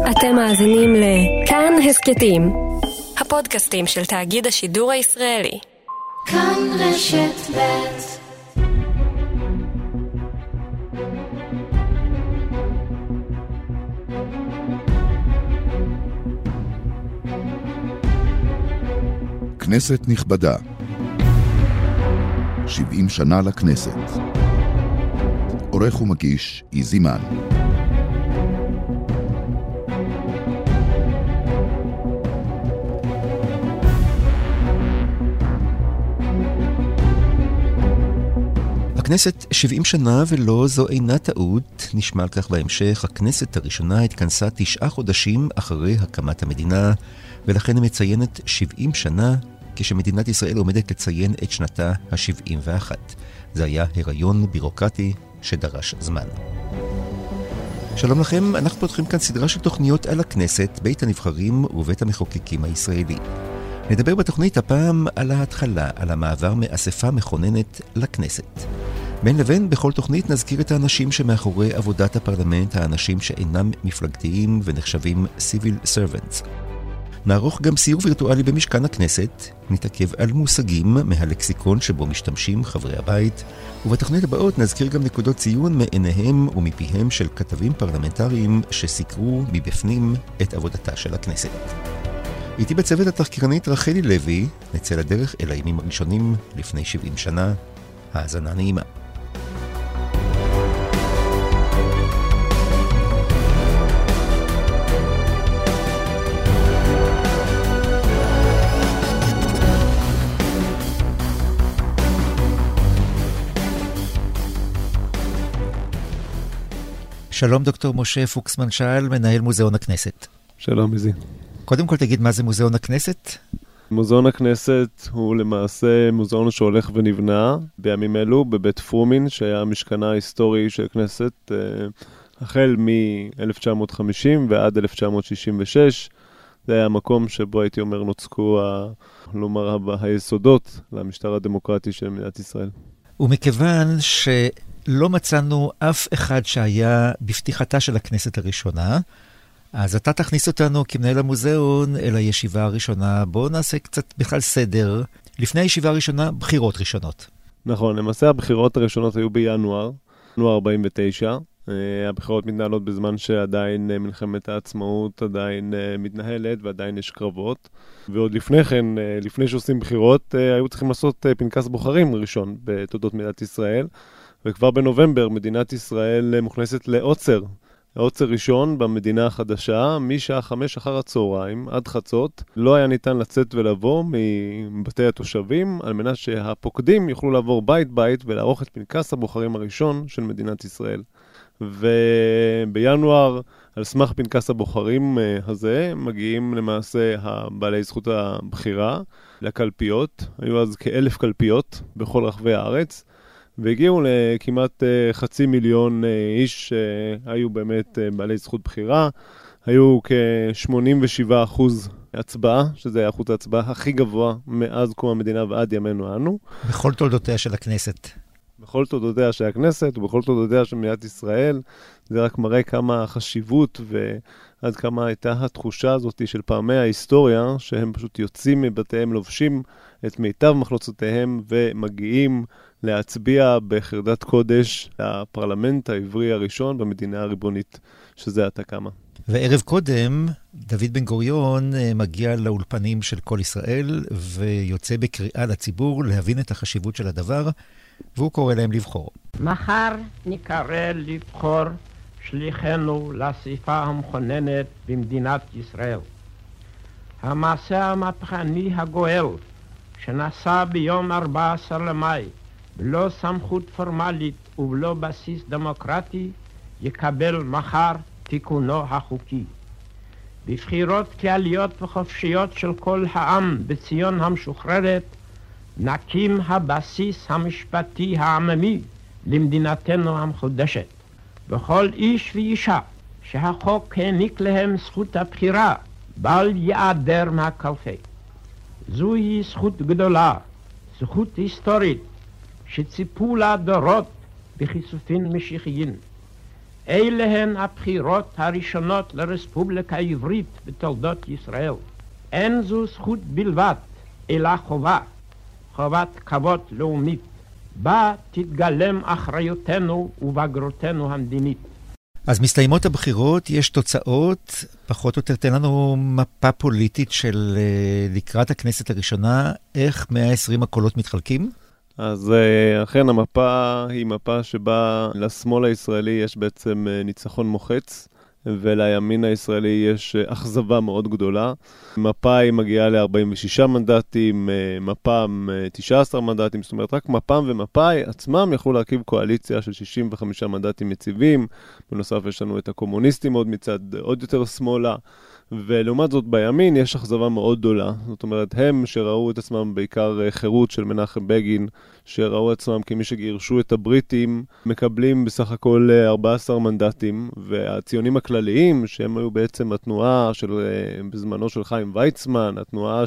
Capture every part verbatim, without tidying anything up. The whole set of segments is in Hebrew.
אתם מאזינים לכאן הסקטים, הפודקאסטים של תאגיד השידור הישראלי. כאן רשת ב'. כנסת נכבדה, שבעים שנה לכנסת. עורך ומגיש איזימן. הכנסת שבעים שנה ולא זו אינה טעות, נשמע על כך בהמשך. הכנסת הראשונה התכנסה תשעה חודשים אחרי הקמת המדינה, ולכן היא מציינת שבעים שנה כשמדינת ישראל עומדת לציין את שנתה ה-שבעים ואחת. זה היה הריון בירוקרטי שדרש זמן. שלום לכם, אנחנו פותחים כאן סדרה של תוכניות על הכנסת, בית הנבחרים ובית המחוקקים הישראלי. נדבר בתוכנית הפעם על ההתחלה, על המעבר מאספה מכוננת לכנסת. בין לבין, בכל תוכנית נזכיר את האנשים שמאחורי עבודת הפרלמנט, האנשים שאינם מפלגתיים ונחשבים civil servants. נערוך גם סיור וירטואלי במשכן הכנסת, נתעכב על מושגים מהלקסיקון שבו משתמשים חברי הבית, ובתוכנית הבאות נזכיר גם נקודות ציון מעיניהם ומפיהם של כתבים פרלמנטריים שסיקרו מבפנים את עבודתה של הכנסת. איתי בצוות התחקירנית רחלי לוי, נצא לדרך אל הימים הראשונים לפני שבעים שנה. האזנה נעימה. שלום דוקטור משה פוקסמן שאל, מנהל מוזיאון הכנסת. שלום איזי. קודם כל תגיד מה זה מוזיאון הכנסת? מוזיאון הכנסת הוא למעשה מוזיאון שהולך ונבנה בימים אלו בבית פרומין, שהיה המשכנה ההיסטורי של הכנסת החל מ-אלף תשע מאות חמישים ועד אלף תשע מאות שישים ושש. זה היה המקום שבו הייתי אומר נוצקו ה... לומר היסודות למשטר הדמוקרטי של מדינת ישראל. ומכיוון שלא מצאנו אף אחד שהיה בפתיחתה של הכנסת הראשונה, אז אתה תכניס אותנו כמנהל המוזיאון אל הישיבה הראשונה. בואו נעשה קצת בכלל סדר. לפני הישיבה הראשונה, בחירות ראשונות. נכון, למעשה הבחירות הראשונות היו בינואר, ינואר ארבעים ותשע. הבחירות מתנהלות בזמן שעדיין מלחמת העצמאות עדיין מתנהלת ועדיין יש קרבות. ועוד לפני כן, לפני שעושים בחירות, היו צריכים לעשות פנקס בוחרים ראשון בתולדות מדינת ישראל. וכבר בנובמבר מדינת ישראל מוכנסת לעוצר. העוצר ראשון במדינה החדשה, משעה חמש אחר הצהריים עד חצות, לא היה ניתן לצאת ולבוא מבתי התושבים, על מנת שהפוקדים יוכלו לעבור בית בית ולערוך את פנקס הבוחרים הראשון של מדינת ישראל. ובינואר, על סמך פנקס הבוחרים הזה, מגיעים למעשה בעלי זכות הבחירה לקלפיות. היו אז כאלף קלפיות בכל רחבי הארץ. והגיעו לכמעט חצי מיליון איש שהיו באמת בעלי זכות בחירה. היו כ-שמונים ושבעה אחוז הצבעה, שזה היה אחוז ההצבעה הכי גבוה מאז קום המדינה ועד ימינו אנו. בכל תולדותיה של הכנסת. בכל תולדותיה של הכנסת ובכל תולדותיה של מדינת ישראל. זה רק מראה כמה החשיבות ועד כמה הייתה התחושה הזאת של פעמי ההיסטוריה, שהם פשוט יוצאים מבתיהם, לובשים את מיטב מחלוצותיהם ומגיעים להצביע בחרדת קודש לפרלמנט העברי הראשון במדינה הריבונית, שזה עתה קמה. וערב קודם, דוד בן גוריון מגיע לאולפנים של כל ישראל, ויוצא בקריאה לציבור להבין את החשיבות של הדבר, והוא קורא להם לבחור. מחר נקרא לבחור שליחנו לאספה המכוננת במדינת ישראל. המעשה המהפכני הגואל, שנעשה ביום ארבעה עשר למאי, בלא סמכות פורמלית ובלא בסיס דמוקרטי, יקבל מחר תיקונו החוקי. בבחירות כלליות וחופשיות של כל העם בציון המשוחררת, נקים הבסיס המשפטי העממי למדינתנו המחודשת. בכל איש ואישה שהחוק העניק להם זכות הבחירה, בל יעדר מהקלפי. זוהי זכות גדולה, זכות היסטורית, שציפו לה דורות בכיסופים משיחיים. אלה הן הבחירות הראשונות לרספובליקה העברית בתולדות ישראל. אין זו זכות בלבד, אלא חובה, חובת כבוד לאומית, בה תתגלם אחריותנו ובגרותנו המדינית. אז מסתיימות הבחירות, יש תוצאות, פחות או יותר תן לנו מפה פוליטית של לקראת הכנסת הראשונה, איך מאה ועשרים הקולות מתחלקים? אז אכן המפה היא מפה שבה לשמאל הישראלי יש בעצם ניצחון מוחץ, ולימין הישראלי יש אכזבה מאוד גדולה. מפה היא מגיעה ל-ארבעים ושישה מנדטים, מפ"ם תשעה עשר מנדטים, זאת אומרת רק מפ"ם ומפא"י עצמם יכלו להרכיב קואליציה של שישים וחמישה מנדטים יציבים. בנוסף יש לנו את הקומוניסטים עוד מצד עוד יותר שמאלה, ולעומת זאת בימין יש אכזבה מאוד גדולה. זאת אומרת, הם שראו את עצמם בעיקר חירות של מנחם בגין, שראו את עצמם כמי שגירשו את הבריטים, מקבלים בסך הכל ארבעה עשר מנדטים, והציונים הכלליים, שהם היו בעצם התנועה של, בזמנו של חיים ויצמן, התנועה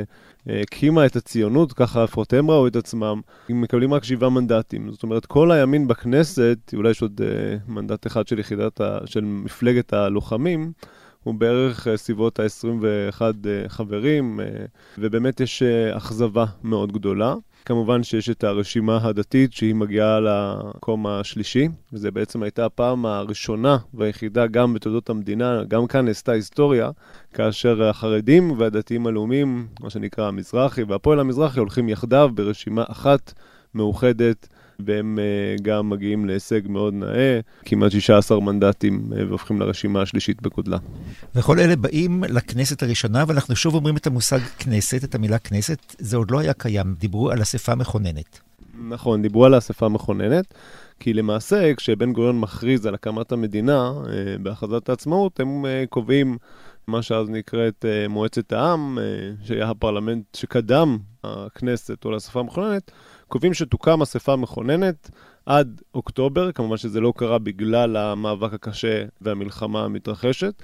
שהקימה את הציונות, ככה לפחות הם ראו את עצמם, הם מקבלים רק שבעה מנדטים. זאת אומרת, כל הימין בכנסת, אולי יש עוד מנדט אחד של יחידת, של מפלגת הלוחמים, הוא בערך סביבות ה-עשרים ואחד חברים, ובאמת יש אכזבה מאוד גדולה. כמובן שיש את הרשימה הדתית שהיא מגיעה למקום השלישי, וזה בעצם הייתה הפעם הראשונה והיחידה גם בתולדות המדינה, גם כאן נעשתה היסטוריה, כאשר החרדים והדתיים הלאומיים, מה שנקרא המזרחי והפועל המזרחי, הולכים יחדיו ברשימה אחת מאוחדת, והם גם מגיעים להישג מאוד נאה, כמעט שישה עשר מנדטים, והופכים לרשימה השלישית בגודלה. וכל אלה באים לכנסת הראשונה, ואנחנו שוב אומרים את המושג כנסת, את המילה כנסת, זה עוד לא היה קיים, דיברו על אספה מכוננת. נכון, דיברו על האספה מכוננת, כי למעשה כשבן גוריון מכריז על הקמת המדינה, בהכרזת העצמאות, הם קובעים מה שאז נקראת מועצת העם, שהיה הפרלמנט שקדם הכנסת או לאספה מכוננת, קובעים שתוקם אספה מכוננת עד אוקטובר, כמובן שזה לא קרה בגלל המאבק הקשה והמלחמה המתרחשת,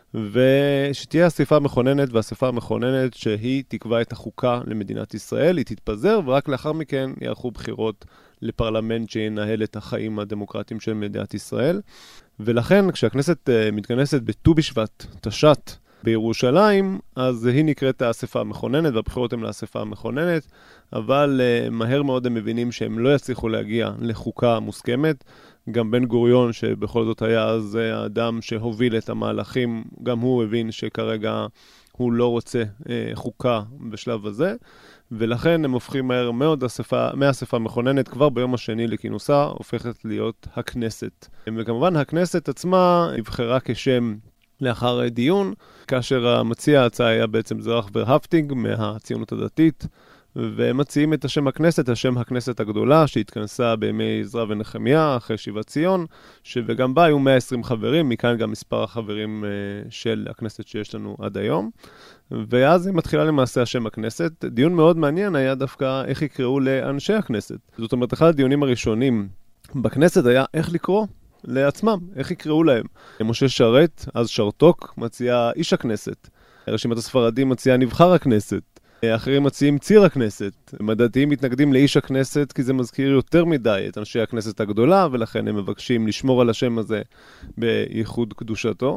ושתהיה אספה מכוננת, והאספה המכוננת שהיא תקבע את החוקה למדינת ישראל, היא תתפזר, ורק לאחר מכן יערכו בחירות לפרלמנט שינהל את החיים הדמוקרטיים של מדינת ישראל. ולכן כשהכנסת מתכנסת בט"ו בשבט, תש"ט, בירושלים, אז היא נקראת האספה המכוננת, והבחירות הן לאספה המכוננת, אבל uh, מהר מאוד הם מבינים שהם לא יצליחו להגיע לחוקה מוסכמת. גם בן גוריון, שבכל זאת היה אז האדם שהוביל את המהלכים, גם הוא הבין שכרגע הוא לא רוצה uh, חוקה בשלב הזה, ולכן הם הופכים מהר מאוד אספה, מהאספה המכוננת כבר ביום השני לכינוסה, הופכת להיות הכנסת. וכמובן הכנסת עצמה נבחרה כשם לאחר דיון, כאשר המציע ההצעה היה בעצם זרח ורהפטיג מהציונות הדתית, ומציעים את השם הכנסת, השם הכנסת הגדולה, שהתכנסה בימי עזרא ונחמיה אחרי שיבת ציון, וגם בה היו מאה ועשרים חברים, מכאן גם מספר החברים של הכנסת שיש לנו עד היום. ואז היא מתחילה למעשה השם הכנסת. דיון מאוד מעניין היה דווקא איך יקראו לאנשי הכנסת. זאת אומרת, אחד הדיונים הראשונים בכנסת היה איך לקרוא לעצמם, איך יקראו להם. משה שרת, אז שרתוק, מציע איש הכנסת. רשימת הספרדים מציעה נבחר הכנסת. אחרים מציעים ציר הכנסת. הדתיים מתנגדים לאיש הכנסת כי זה מזכיר יותר מדי את אנשי הכנסת הגדולה, ולכן הם מבקשים לשמור על השם הזה בייחוד קדושתו.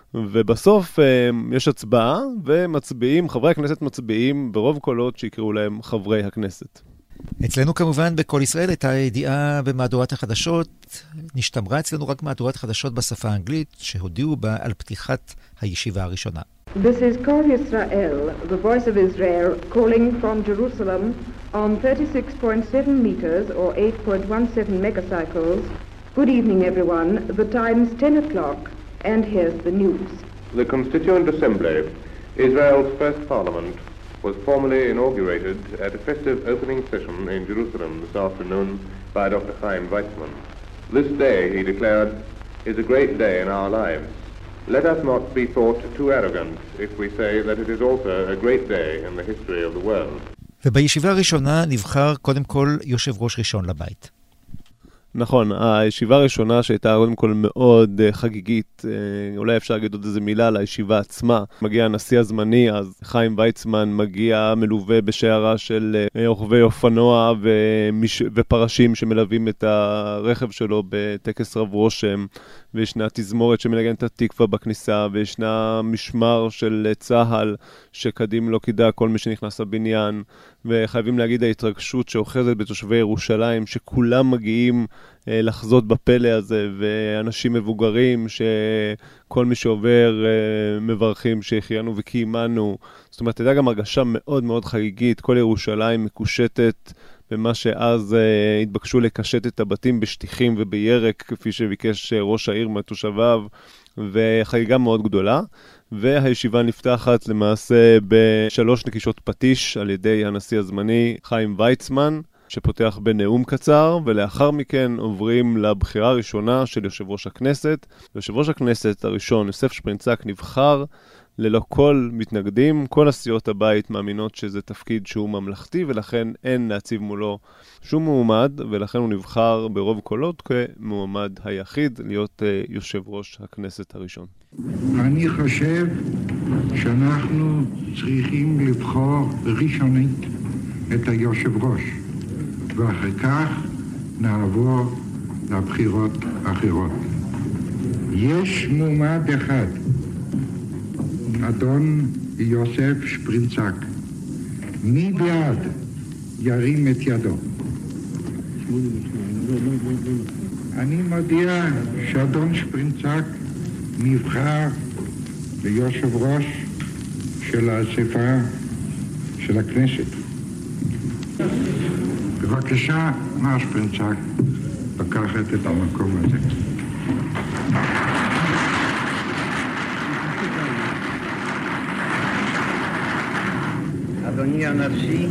ובסוף יש הצבעה, ומצביעים, חברי הכנסת מצביעים ברוב קולות שיקראו להם חברי הכנסת. אצלנו כמובן בכל ישראל הייתה ידיעה במהדורת החדשות, נשתמרה אצלנו רק מהדורת חדשות בשפה האנגלית, שהודיעו בה על פתיחת הישיבה הראשונה. This is Kol Yisrael, the voice of Israel, calling from Jerusalem on thirty-six point seven meters or eight point one seven megacycles. Good evening everyone, the time's ten o'clock and here's the news. The Constituent Assembly, Israel's first parliament, was formally inaugurated at a festive opening session in Jerusalem this afternoon by Doctor Chaim Weizmann. This day, he declared, is a great day in our lives. Let us not be thought too arrogant if we say that it is also a great day in the history of the world. ובישיבה הראשונה נבחר קודם כל יושב ראש ראשון לבית. נכון, הישיבה הראשונה שהייתה קודם כל מאוד חגיגית, אולי אפשר להגיד עוד איזה מילה על הישיבה עצמה. מגיע הנשיא הזמני, אז חיים ויצמן מגיע מלווה בשיירה של רוכבי אופנוע ומש... ופרשים שמלווים את הרכב שלו בטקס רב רושם, וישנה תזמורת שמנגנת את התקווה בכניסה, וישנה משמר של צהל שקדים לו כדאי כל מי שנכנס לבניין, וחייבים להגיד ההתרגשות שאוחזת בתושבי ירושלים, שכולם מגיעים אה, לחזות בפלא הזה, ואנשים מבוגרים שכל מי שעובר אה, מברכים שהחיינו וקיימנו. זאת אומרת, הייתה גם הרגשה מאוד מאוד חגיגית, כל ירושלים מקושטת במה שאז אה, התבקשו לקשט את הבתים בשטיחים ובירק, כפי שביקש אה, ראש העיר מתושביו, וחגיגה מאוד גדולה. והישיבה נפתחת למעשה בשלוש נקישות פטיש על ידי הנשיא הזמני חיים ויצמן, שפותח בנאום קצר, ולאחר מכן עוברים לבחירה הראשונה של יושב ראש הכנסת. יושב ראש הכנסת הראשון, יוסף שפרינצק, נבחר ללא כל מתנגדים. כל הסיעות הבית מאמינות שזה תפקיד שהוא ממלכתי, ולכן אין להציב מולו שום מועמד, ולכן הוא נבחר ברוב קולות כמועמד היחיד להיות uh, יושב ראש הכנסת הראשון. אני חושב שאנחנו צריכים לבחור ראשונית את היושב ראש, ואחר כך נעבור לבחירות אחרות. יש מועמד אחד, אדון יוסף שפרינצק. מי בעד? ירים את ידו. אני מודיע שאדון שפרינצק נבחר ליושב ראש של האספה של הכנסת. בבקשה, מר שפרינצק, לקחת את המקום הזה. אדוני הנשיא,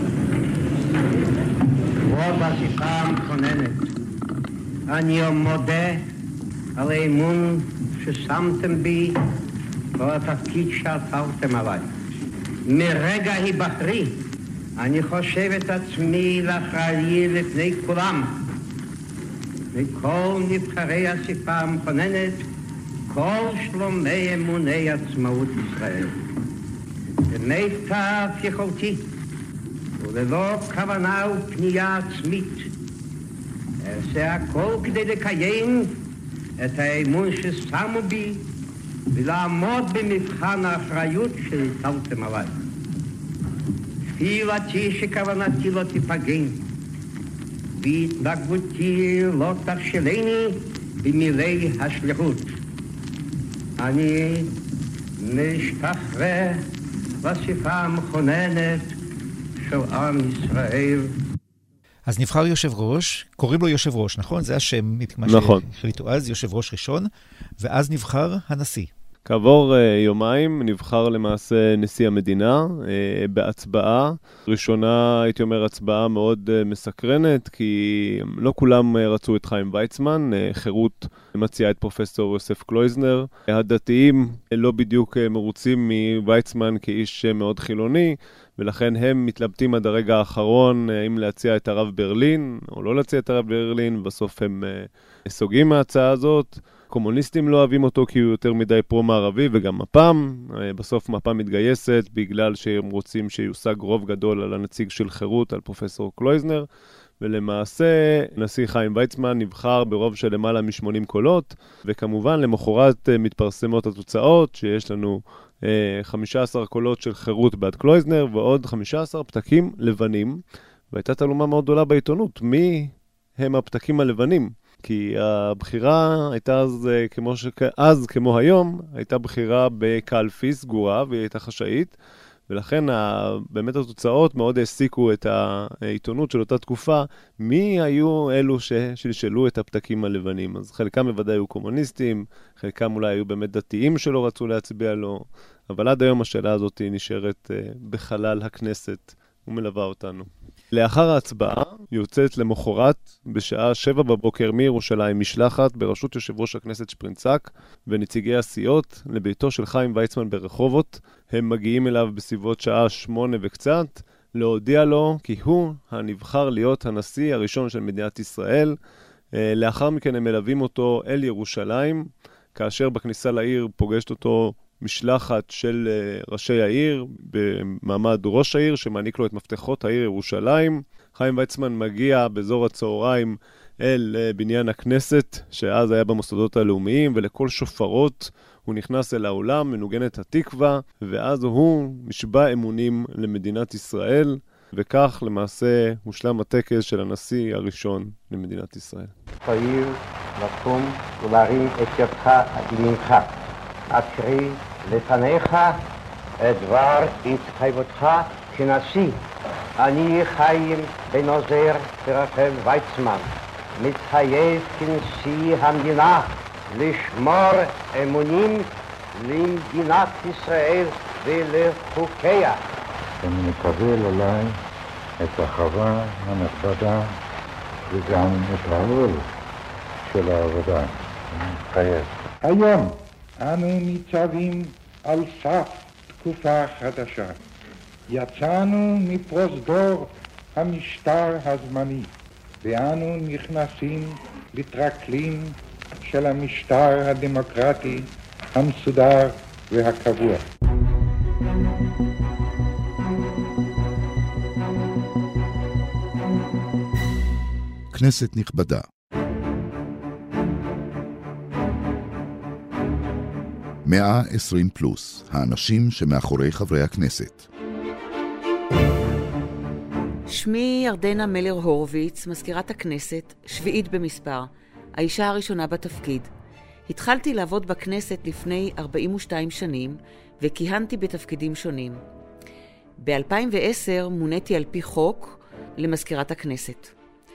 כבוד האספה המכוננת, אני מודה על האמון ששמתם בי ועל התפקיד שהטלתם עליי. מרגע היבחרי אני חושב את עצמי לאחראי לפני כולם, מכל נבחרי האספה המכוננת, כל שלומי אמוני עצמאות ישראל. במיטב יכולתי וללא כוונה ופנייה עצמית אעשה הכל כדי לקיים את האמון ששמו בי ולעמוד במבחן האחריות שהטלתם עליי. תפילתי שכוונתי לא תיפגם והתנהגותי לא תכשלני במילי השליחות. אני משתחווה לאספה המכוננת של עם ישראל. אז נבחר יושב ראש, קוראים לו יושב ראש, נכון? זה השם, נכון. שהחליטו אז, יושב ראש ראשון, ואז נבחר הנשיא. כעבור uh, יומיים נבחר למעשה נשיא המדינה uh, בהצבעה. ראשונה, הייתי אומר, הצבעה מאוד uh, מסקרנת, כי לא כולם uh, רצו את חיים ויצמן. Uh, חירות מציעה את פרופסור יוסף קלויזנר. Uh, הדתיים uh, לא בדיוק uh, מרוצים מוויצמן כאיש uh, מאוד חילוני, ולכן הם מתלבטים עד הרגע האחרון uh, אם להציע את הרב ברלין או לא להציע את הרב ברלין. בסוף הם uh, סוגים מההצעה הזאת. קומוניסטים לא אוהבים אותו כי הוא יותר מדי פרו-מערבי, וגם מפ"ם. בסוף מפ"ם מתגייסת בגלל שהם רוצים שיושג רוב גדול על הנציג של חירות, על פרופסור קלויזנר, ולמעשה נשיא חיים ויצמן נבחר ברוב של למעלה מ-שמונים קולות, וכמובן למחרת מתפרסמות התוצאות, שיש לנו חמישה עשר קולות של חירות בעד קלויזנר, ועוד חמישה עשר פתקים לבנים, והייתה תעלומה מאוד גדולה בעיתונות. מי הם הפתקים הלבנים? כי הבחירה הייתה אז כמו, ש... אז כמו היום, הייתה בחירה בקלפי סגורה והיא הייתה חשאית, ולכן ה... באמת התוצאות מאוד העסיקו את העיתונות של אותה תקופה, מי היו אלו ששלשלו את הפתקים הלבנים. אז חלקם בוודאי היו קומוניסטים, חלקם אולי היו באמת דתיים שלא רצו להצביע לו, אבל עד היום השאלה הזאת נשארת בחלל הכנסת ומלווה אותנו. לאחר ההצבעה יוצאת למחרת בשעה שבע בבוקר מירושלים משלחת בראשות יושב ראש הכנסת שפרינצק ונציגי הסיעות לביתו של חיים ויצמן ברחובות. הם מגיעים אליו בסביבות שעה שמונה וקצת להודיע לו כי הוא הנבחר להיות הנשיא הראשון של מדינת ישראל. לאחר מכן הם מלווים אותו אל ירושלים, כאשר בכניסה לעיר פוגשת אותו משלחת של ראשי העיר, במעמד ראש העיר, שמעניק לו את מפתחות העיר ירושלים. חיים ויצמן מגיע באזור הצהריים אל בניין הכנסת, שאז היה במוסדות הלאומיים, ולכל שופרות הוא נכנס אל העולם, מנוגנת התקווה, ואז הוא משבע אמונים למדינת ישראל, וכך למעשה הושלם הטקס של הנשיא הראשון למדינת ישראל. תואיל לקום ולהרים את ידך על ימינך. אקריא לפניך את דבר התחייבותך כנשיא. אני חיים בן עוזר ברחל ויצמן, מתחייב כנשיא המדינה לשמור אמונים למדינת ישראל ולחוקיה. אני מקבל עליי את החובה הנכבדה וגם את העול של העבודה. אני מתחייב. היום אנו ניצבים על סף תקופה חדשה. יצאנו מפרוזדור המשטר הזמני, ואנו נכנסים לטרקלין של המשטר הדמוקרטי המסודר והקבוע. כנסת נכבדה. מאה ועשרים פלוס, האנשים שמאחורי חברי הכנסת. שמי ירדנה מלר הורוביץ, מזכירת הכנסת, שביעית במספר, האישה הראשונה בתפקיד. התחלתי לעבוד בכנסת לפני ארבעים ושתיים שנים, וכיהנתי בתפקידים שונים. ב-אלפיים ועשר מוניתי על פי חוק למזכירת הכנסת.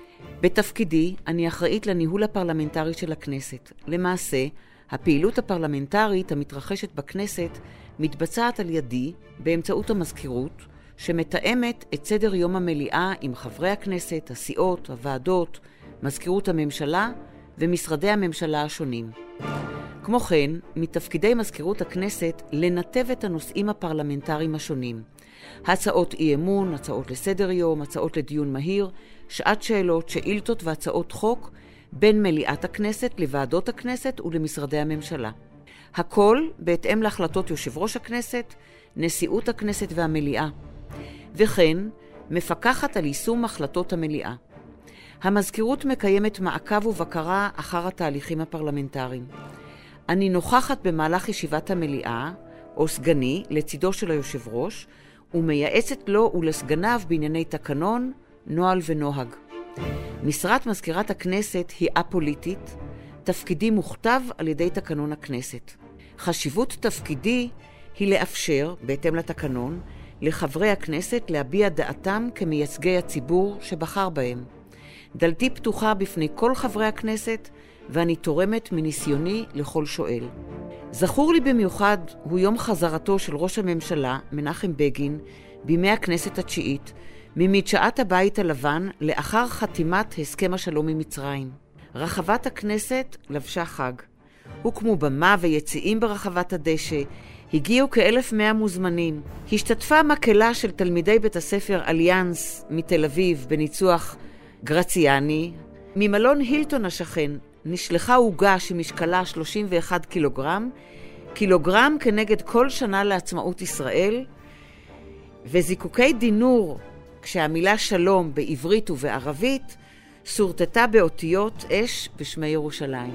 בתפקידי אני אחראית לניהול הפרלמנטרי של הכנסת. למעשה, הפעילות הפרלמנטרית המתרחשת בכנסת מתבצעת על ידי באמצעות המזכירות, שמתאמת את סדר יום המליאה עם חברי הכנסת, הסיעות, הוועדות, מזכירות הממשלה ומשרדי הממשלה השונים. כמו כן, מתפקידי מזכירות הכנסת לנתב את הנושאים הפרלמנטריים השונים. הצעות אי אמון, הצעות לסדר יום, הצעות לדיון מהיר, שעת שאלות, שאילתות והצעות חוק בין מליאת הכנסת לוועדות הכנסת ולמשרדי הממשלה. הכל בהתאם להחלטות יושב ראש הכנסת, נשיאות הכנסת והמליאה. וכן, מפקחת על יישום החלטות המליאה. המזכירות מקיימת מעקב ובקרה אחר התהליכים הפרלמנטריים. אני נוכחת במהלך ישיבת המליאה, או סגני, לצידו של היושב ראש, ומייעצת לו ולסגניו בענייני תקנון, נוהל ונוהג. משרת מזכירת הכנסת היא א-פוליטית, תפקידי מוכתב על ידי תקנון הכנסת. חשיבות תפקידי היא לאפשר, בהתאם לתקנון, לחברי הכנסת להביע דעתם כמייצגי הציבור שבחר בהם. דלתי פתוחה בפני כל חברי הכנסת, ואני תורמת מניסיוני לכל שואל. זכור לי במיוחד הוא יום חזרתו של ראש הממשלה, מנחם בגין, בימי הכנסת התשיעית, ממדשאת הבית הלבן לאחר חתימת הסכם השלום עם מצרים. רחבת הכנסת לבשה חג. הוקמו במה ויציאים ברחבת הדשא, הגיעו כאלף מאה מוזמנים. השתתפה מקהלה של תלמידי בית הספר אליאנס מתל אביב בניצוח גרציאני. ממלון הילטון השכן נשלחה עוגה שמשקלה שלושים ואחד קילוגרם, קילוגרם כנגד כל שנה לעצמאות ישראל, וזיקוקי דינור, כשהמילה שלום בעברית ובערבית סורטטה באותיות אש בשמי ירושלים.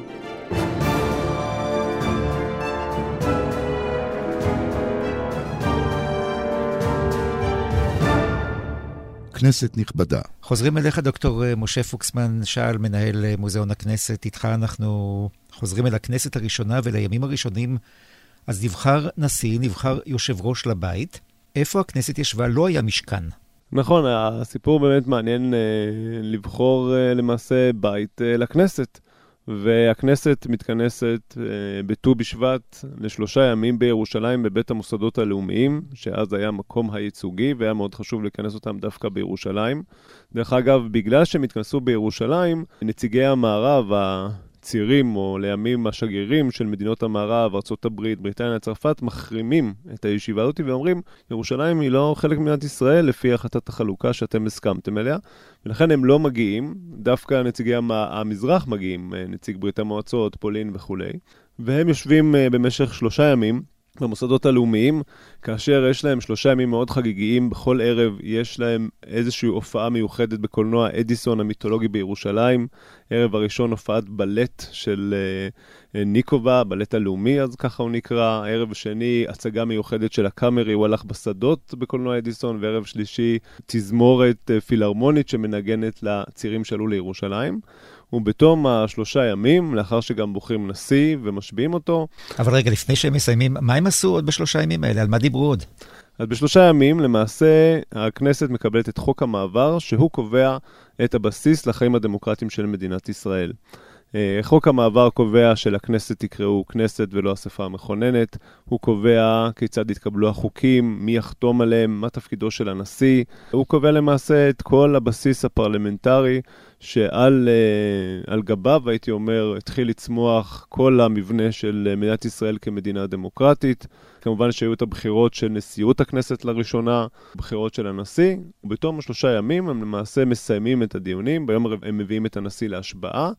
כנסת נכבדה. חוזרים אליך דוקטור משה פוקסמן, שאל מנהל מוזיאון הכנסת. איתך אנחנו חוזרים אל הכנסת הראשונה ולימים הראשונים. אז נבחר נשיא, נבחר יושב ראש לבית. איפה הכנסת ישבה? לא היה משכן. נכון, הסיפור באמת מעניין אה, לבחור אה, למעשה בית אה, לכנסת. והכנסת מתכנסת אה, בט"ו בשבט לשלושה ימים בירושלים בבית המוסדות הלאומיים, שאז היה מקום הייצוגי והיה מאוד חשוב לכנס אותם דווקא בירושלים. דרך אגב, בגלל שהם התכנסו בירושלים, נציגי המערב, הצירים או לימים השגרירים של מדינות המערב, ארצות הברית, בריטניה, צרפת, מחרימים את הישיבה הזאת ואומרים, ירושלים היא לא חלק ממדינת ישראל לפי החלטת החלוקה שאתם הסכמתם אליה, ולכן הם לא מגיעים, דווקא נציגי המזרח מגיעים, נציג ברית המועצות, פולין וכו'. והם יושבים במשך שלושה ימים במוסדות הלאומיים, כאשר יש להם שלושה ימים מאוד חגיגיים, בכל ערב יש להם איזושהי הופעה מיוחדת בקולנוע אדיסון המיתולוגי בירושלים. ערב הראשון הופעת בלט של uh, ניקובה, בלט הלאומי, אז ככה הוא נקרא. ערב שני הצגה מיוחדת של הקאמרי, הוא הלך בשדות בקולנוע אדיסון, וערב שלישי תזמורת uh, פילהרמונית שמנגנת לצירים שעלו לירושלים. ובתום השלושה ימים, לאחר שגם בוחרים נשיא ומשביעים אותו. אבל רגע, לפני שהם מסיימים, מה הם עשו עוד בשלושה ימים האלה? על מה דיברו עוד? אז בשלושה ימים, למעשה, הכנסת מקבלת את חוק המעבר, שהוא קובע את הבסיס לחיים הדמוקרטיים של מדינת ישראל. חוק המעבר קובע שלכנסת יקראו כנסת ולא אספה המכוננת. הוא קובע כיצד יתקבלו החוקים, מי יחתום עליהם, מה תפקידו של הנשיא. הוא קובע למעשה את כל הבסיס הפרלמנטרי שעל על גביו, הייתי אומר, התחיל לצמוח כל המבנה של מדינת ישראל כמדינה דמוקרטית. כמובן שהיו את הבחירות של נשיאות הכנסת לראשונה, בחירות של הנשיא, ובתום השלושה ימים הם למעשה מסיימים את הדיונים. ביום הם מביאים את הנשיא להשבעה,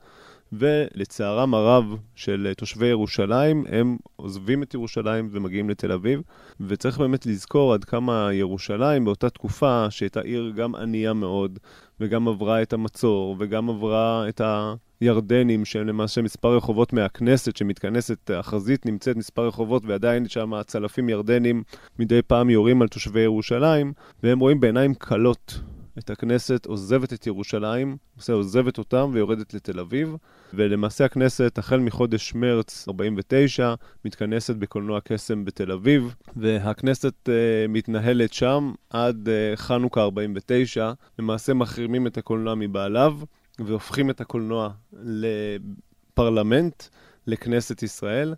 ולצערם הרב של תושבי ירושלים, הם עוזבים את ירושלים ומגיעים לתל אביב, וצריך באמת לזכור עד כמה ירושלים באותה תקופה, שהייתה עיר גם ענייה מאוד, וגם עברה את המצור, וגם עברה את הירדנים, שהם למעשה מספר רחובות מהכנסת שמתכנסת, החזית נמצאת מספר רחובות, ועדיין שם הצלפים ירדנים מדי פעם יורים על תושבי ירושלים, והם רואים בעיניים קלות את הכנסת עוזבת את ירושלים, עוזבת אותם ויורדת לתל אביב, ולמעשה הכנסת החל מחודש מרץ ארבעים ותשע מתכנסת בקולנוע קסם בתל אביב, והכנסת uh, מתנהלת שם עד uh, חנוכה ארבעים ותשע, למעשה מחרימים את הקולנוע מבעליו, והופכים את הקולנוע לפרלמנט, לכנסת ישראל.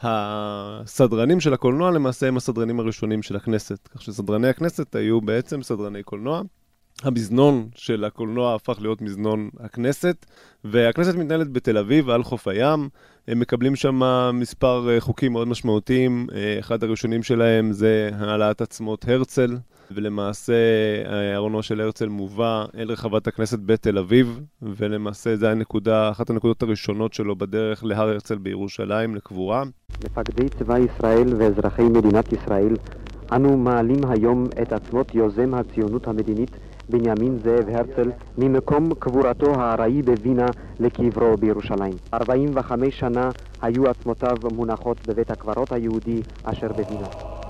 הסדרנים של הקולנוע למעשה הם הסדרנים הראשונים של הכנסת, כך שסדרני הכנסת היו בעצם סדרני קולנוע. המזנון של הקולנוע הפך להיות מזנון הכנסת, והכנסת מתנהלת בתל אביב על חוף הים. הם מקבלים שם מספר חוקים מאוד משמעותיים. אחד הראשונים שלהם זה העלאת עצמות הרצל, ולמעשה ארונו של הרצל מובא אל רחבת הכנסת בתל אביב, ולמעשה זה הנקודה, אחת הנקודות הראשונות שלו בדרך להר הרצל בירושלים לקבורה. מפקדי צבא ישראל ואזרחי מדינת ישראל, אנו מעלים היום את עצמות יוזם הציונות המדינית בנימין זאב הרצל ממקום קבורתו הארעי בווינה לקברו בירושלים. ארבעים וחמש שנה היו עצמותיו מונחות בבית הקברות היהודי אשר בווינה.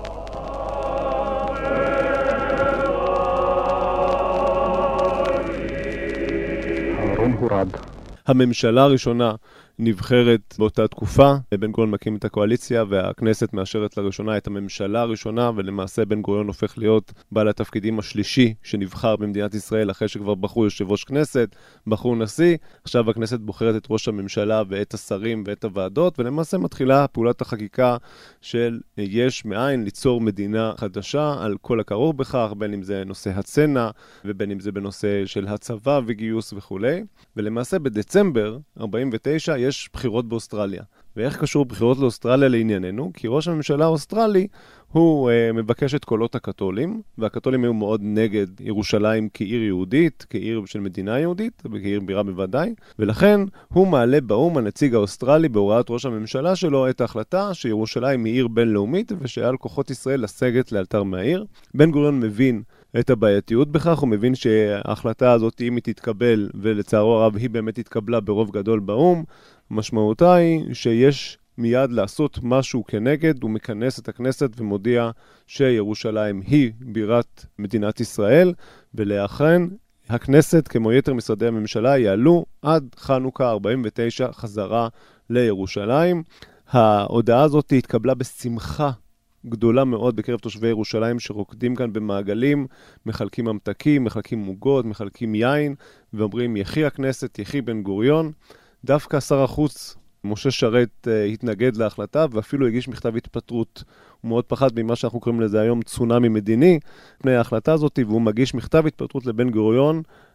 אהרון הורד. הממשלה הראשונה נבחרת באותה תקופה, בן גוריון מקים את הקואליציה והכנסת מאשרת לראשונה את הממשלה הראשונה, ולמעשה בן גוריון הופך להיות בעל התפקידים השלישי שנבחר במדינת ישראל אחרי שכבר בחרו יושב ראש כנסת, בחרו נשיא. עכשיו הכנסת בוחרת את ראש הממשלה ואת השרים ואת הוועדות, ולמעשה מתחילה פעולת החקיקה של יש מאין ליצור מדינה חדשה על כל הכרוך בכך, בין אם זה נושא הצנע ובין אם זה בנושא של הצבא וגיוס וכו'. ולמעשה בדצמבר ארבעים ותשע יש בחירות באוסטרליה. ואיך קשור בחירות לאוסטרליה לענייננו? כי ראש הממשלה האוסטרלי הוא אה, מבקש את קולות הקתולים, והקתולים היו מאוד נגד ירושלים כעיר יהודית, כעיר של מדינה יהודית, וכעיר בירה בוודאי, ולכן הוא מעלה באום הנציג האוסטרלי בהוראת ראש הממשלה שלו את ההחלטה שירושלים היא עיר בינלאומית, ושעל כוחות ישראל לסגת לאלתר מהעיר. בן גוריון מבין את הבעייתיות בכך, הוא מבין שההחלטה הזאת, אם היא תתקבל, ולצערו הרב היא באמת התקבלה ברוב גדול באום, משמעותה היא שיש מיד לעשות משהו כנגד. הוא מכנס את הכנסת ומודיע שירושלים היא בירת מדינת ישראל, ולאחרן הכנסת, כמו יתר משרדי הממשלה, יעלו עד חנוכה ארבעים ותשע חזרה לירושלים. ההודעה הזאת התקבלה בשמחה גדולה מאוד בקרב תושבי ירושלים שרוקדים כאן במעגלים, מחלקים ממתקים, מחלקים מוגות, מחלקים יין, ואומרים יחי הכנסת, יחי בן גוריון. דווקא שר החוץ משה שרת התנגד להחלטה ואפילו הגיש מכתב התפטרות. הוא מאוד פחד ממה שאנחנו קוראים לזה היום צונאמי מדיני, פני ההחלטה הזאת, והוא מגיש מכתב התפטרות לבן גוריון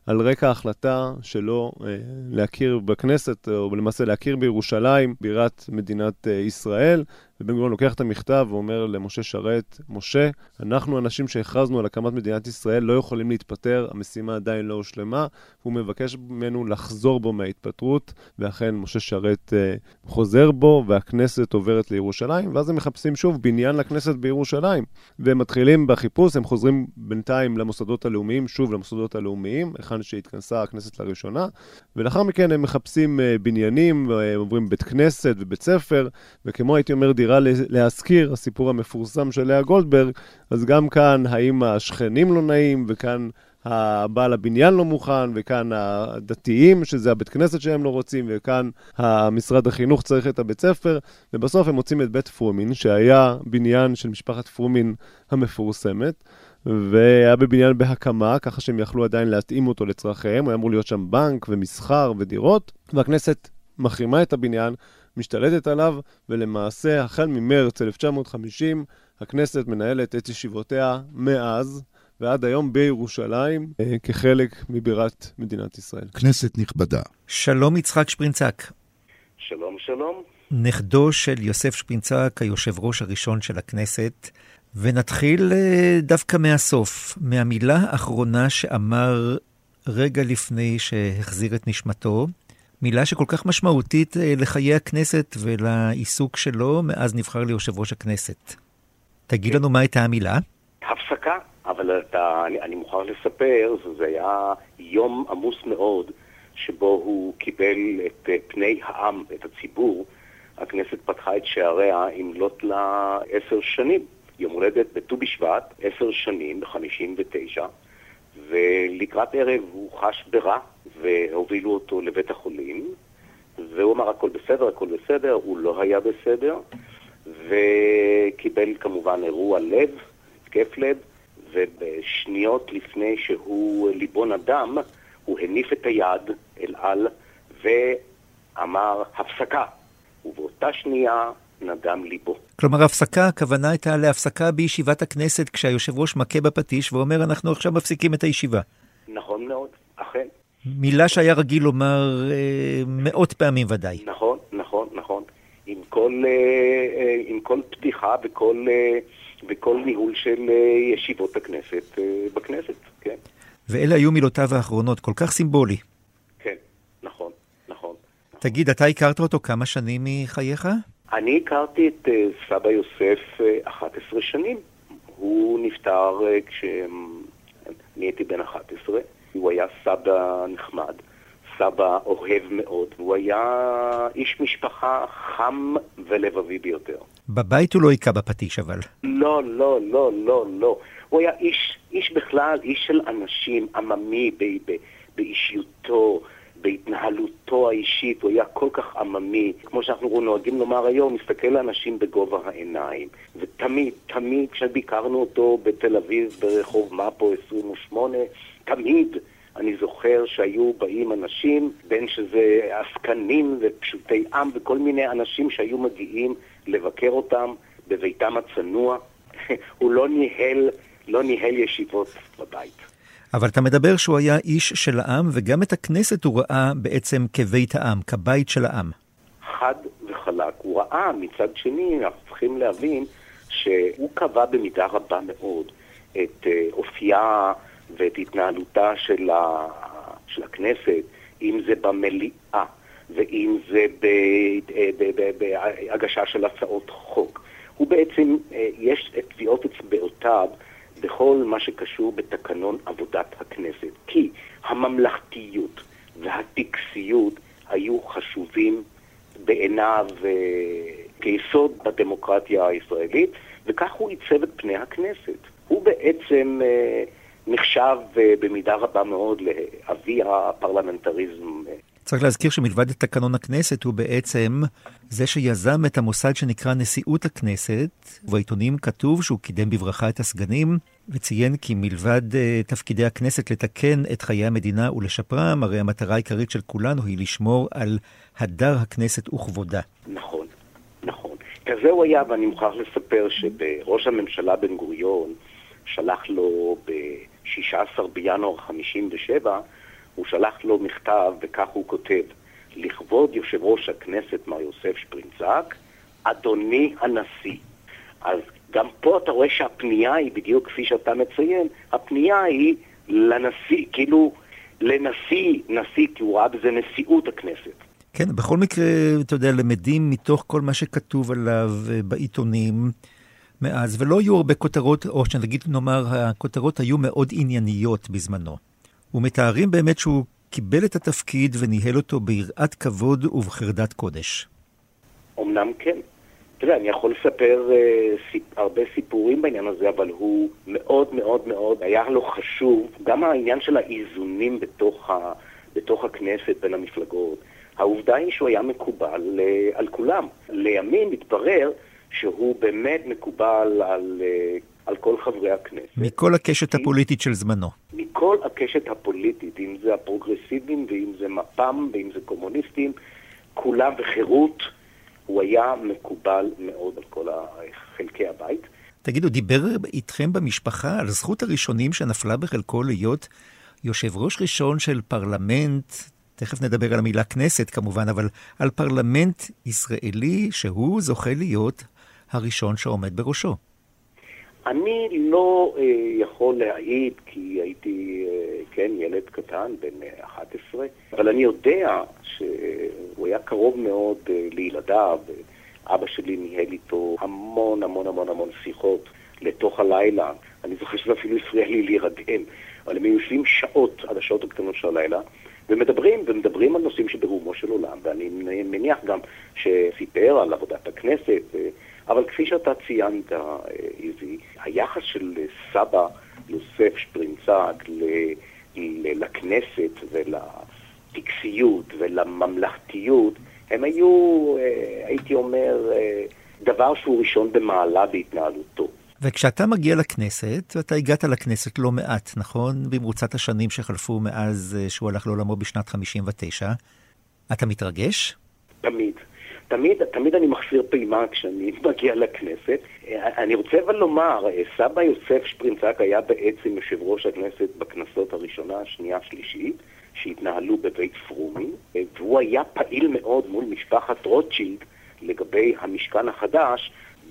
על רקע ההחלטה שלו להכיר בכנסת, או למעשה להכיר בירושלים, בירת מדינת ישראל. ובן גוריון לוקח את המכתב ואומר למשה שרת, משה, אנחנו אנשים שהכרזנו על הקמת מדינת ישראל, לא יכולים להתפטר, המשימה עדיין לא הושלמה, הוא מבקש ממנו לחזור בו מההתפטרות, ואכן משה שרת אה, חוזר בו, והכנסת עוברת לירושלים, ואז הם מחפשים שוב בניין לכנסת בירושלים, והם מתחילים בחיפוש, הם חוזרים בינתיים למוסדות הלאומיים, שוב למוסדות הלאומיים, היכן שהתכנסה הכנסת לראשונה, ולאחר מכן הם מחפשים אה, בניינים, הם עוברים בית כנסת ובית ספר, וכמו הייתי אומר דירה להזכיר, הסיפור המפורסם של לאה גולדברג, אז גם כאן האם השכנים לא נעים, וכאן הבעל הבניין לא מוכן, וכאן הדתיים, שזה הבית כנסת שהם לא רוצים, וכאן המשרד החינוך צריך את הבית ספר, ובסוף הם מוצאים את בית פרומין, שהיה בניין של משפחת פרומין המפורסמת, והיה בבניין בהקמה, ככה שהם יכלו עדיין להתאים אותו לצרכיהם, הוא היה אמור להיות שם בנק ומסחר ודירות, והכנסת מחרימה את הבניין, משתלטת עליו, ולמעשה, החל ממרץ אלף תשע מאות וחמישים, הכנסת מנהלת את ישיבותיה מאז, ועד היום בירושלים, כחלק מבירת מדינת ישראל. כנסת נכבדה. שלום יצחק שפרינצק. שלום, שלום. נכדו של יוסף שפרינצק, היושב ראש הראשון של הכנסת, ונתחיל דווקא מהסוף, מהמילה האחרונה שאמר רגע לפני שהחזיר את נשמתו, מילה שכל כך משמעותית לחיי הכנסת ולעיסוק שלו מאז נבחר ליושב ראש הכנסת. תגיד לנו מה הייתה המילה? הפסקה, אבל אתה, אני, אני מוכרח לספר, זה היה יום עמוס מאוד, שבו הוא קיבל את פני העם, את הציבור. הכנסת פתחה את שעריה עם לוט לעשר שנים. יום הולדת בט"ו בשבט, עשר שנים, ב-חמישים ותשע, ולקראת ערב הוא חש ברע, והובילו אותו לבית החולים, והוא אמר הכל בסדר, הכל בסדר, הוא לא היה בסדר, וקיבל כמובן אירוע לב, התקף לב, ובשניות לפני שהוא ליבון אדם, הוא הניף את היד אל על, ואמר הפסקה, ובאותה שנייה נדם ליבו. כלומר, הפסקה, הכוונה הייתה להפסקה בישיבת הכנסת, כשהיושב ראש מכה בפטיש ואומר, אנחנו עכשיו מפסיקים את הישיבה. נכון מאוד, אכן. מילה שהיה רגיל לומר אה, מאות פעמים ודאי. נכון, נכון, נכון. עם כל, אה, עם כל פתיחה וכל, אה, וכל ניהול של אה, ישיבות הכנסת אה, בכנסת, כן. ואלה היו מילותיו האחרונות, כל כך סימבולי. כן, נכון, נכון. תגיד, אתה הכרת אותו כמה שנים מחייך? אני הכרתי את uh, סבא יוסף uh, אחת עשרה שנים. הוא נפטר uh, כשאני הייתי בן אחת עשרה. הוא היה סבא נחמד, סבא אוהב מאוד. הוא היה איש משפחה חם ולבבי ביותר. בבית הוא לא היקע בפטיש אבל. לא, לא, לא, לא, לא. הוא היה איש, איש בכלל, איש של אנשים, עממי ב, ב, באישיותו, בהתנהלותו האישית, הוא היה כל כך עממי, כמו שאנחנו נוהגים לומר היום, מסתכל לאנשים בגובה העיניים. ותמיד, תמיד כשביקרנו אותו בתל אביב ברחוב מפו עשרים ושמונה, תמיד אני זוכר שהיו באים אנשים, בין שזה עסקנים ופשוטי עם וכל מיני אנשים שהיו מגיעים לבקר אותם בביתם הצנוע. הוא לא ניהל, לא ניהל ישיבות בבית. אבל אתה מדבר שהוא היה איש של העם, וגם את הכנסת הוא ראה בעצם כבית העם, כבית של העם. חד וחלק. הוא ראה, מצד שני, אנחנו צריכים להבין שהוא קבע במידה רבה מאוד את אופייה ואת התנהלותה של, ה... של הכנסת, אם זה במליאה, ואם זה בהגשה של הצעות חוק. הוא בעצם, יש את טביעות אצבעותיו, בכל מה שקשור בתקנון עבודת הכנסת. כי הממלכתיות והטקסיות היו חשובים בעיניו כיסוד בדמוקרטיה הישראלית, וכך הוא עיצב את פני הכנסת. הוא בעצם נחשב במידה רבה מאוד לאבי הפרלמנטריזם. צריך להזכיר שמלבד את תקנון הכנסת הוא בעצם זה שיזם את המוסד שנקרא נשיאות הכנסת, ובעיתונים כתוב שהוא קידם בברכה את הסגנים, וציין כי מלבד uh, תפקידי הכנסת לתקן את חיי המדינה ולשפרם, הרי המטרה העיקרית של כולנו היא לשמור על הדר הכנסת וכבודה. נכון, נכון. כזה הוא היה, ואני מוכרח לספר שבראש הממשלה בן גוריון שלח לו ב-שישה עשר בינואר חמישים ושבע הוא שלח לו מכתב, וכך הוא כותב: לכבוד יושב ראש הכנסת מר יוסף שפרינצק, אדוני הנשיא. אז גם פה אתה רואה שהפנייה היא בדיוק כפי שאתה מציין, הפנייה היא לנשיא, כאילו לנשיא, נשיא, כי הוא ראה בזה נשיאות הכנסת. כן, בכל מקרה, אתה יודע, למדים מתוך כל מה שכתוב עליו בעיתונים מאז, ולא היו הרבה כותרות, או שנגיד נאמר, הכותרות היו מאוד ענייניות בזמנו. ומתארים באמת שהוא קיבל את התפקיד וניהל אותו ביראת כבוד ובחרדת קודש. אמנם כן. תראה, אני יכול לספר uh, סיפ, הרבה סיפורים בעניין הזה, אבל הוא מאוד מאוד מאוד, היה לו חשוב, גם העניין של האיזונים בתוך, ה, בתוך הכנסת בין המפלגות. העובדה היא שהוא היה מקובל uh, על כולם. לימים מתברר שהוא באמת מקובל על, uh, על כל חברי הכנסת. מכל הקשת הפוליטית של זמנו. מכל הקשת הפוליטית, אם זה הפרוגרסיבים, ואם זה מפ"ם, ואם זה קומוניסטים, כולם וחירות, הוא היה מקובל מאוד על כל חלקי הבית. תגידו, דיבר איתכם במשפחה על זכות הראשונים שנפלה בחלקו להיות יושב ראש ראשון של פרלמנט, תכף נדבר על המילה כנסת כמובן, אבל על פרלמנט ישראלי שהוא זוכה להיות הראשון שעומד בראשו. אני לא אה, יכול להעיד, כי הייתי, אה, כן, ילד קטן, בן אחת עשרה, אבל אני יודע שהוא היה קרוב מאוד אה, לילדיו. אבא שלי ניהל איתו המון המון המון המון שיחות לתוך הלילה. אני זוכר שזה אפילו הפריע לי להירדם, אבל הם יושבים שעות, עד השעות הקטנות של הלילה, ומדברים, ומדברים על נושאים שברומו של עולם, ואני מניח גם שסיפר על עבודת הכנסת, אבל כפי שאתה ציינת, איזי, היחס של סבא יוסף שפרינצק לכנסת ולטקסיות ולממלכתיות, הם היו, הייתי אומר, דבר שהוא ראשון במעלה בהתנהלותו. וכשאתה מגיע לכנסת, ואתה הגעת לכנסת לא מעט, נכון? במרוצת השנים שחלפו מאז שהוא הלך לעולמו בשנת חמישים ותשע, אתה מתרגש? תמיד. תמיד, תמיד אני מחסיר פעימה כשאני מגיע לכנסת. אני רוצה אבל לומר, סבא יוסף שפרינצק היה בעצם יושב ראש הכנסת בכנסות הראשונה, השנייה, השלישית, שהתנהלו בבית פרומי, והוא היה פעיל מאוד מול משפחת רוטשילד לגבי המשכן החדש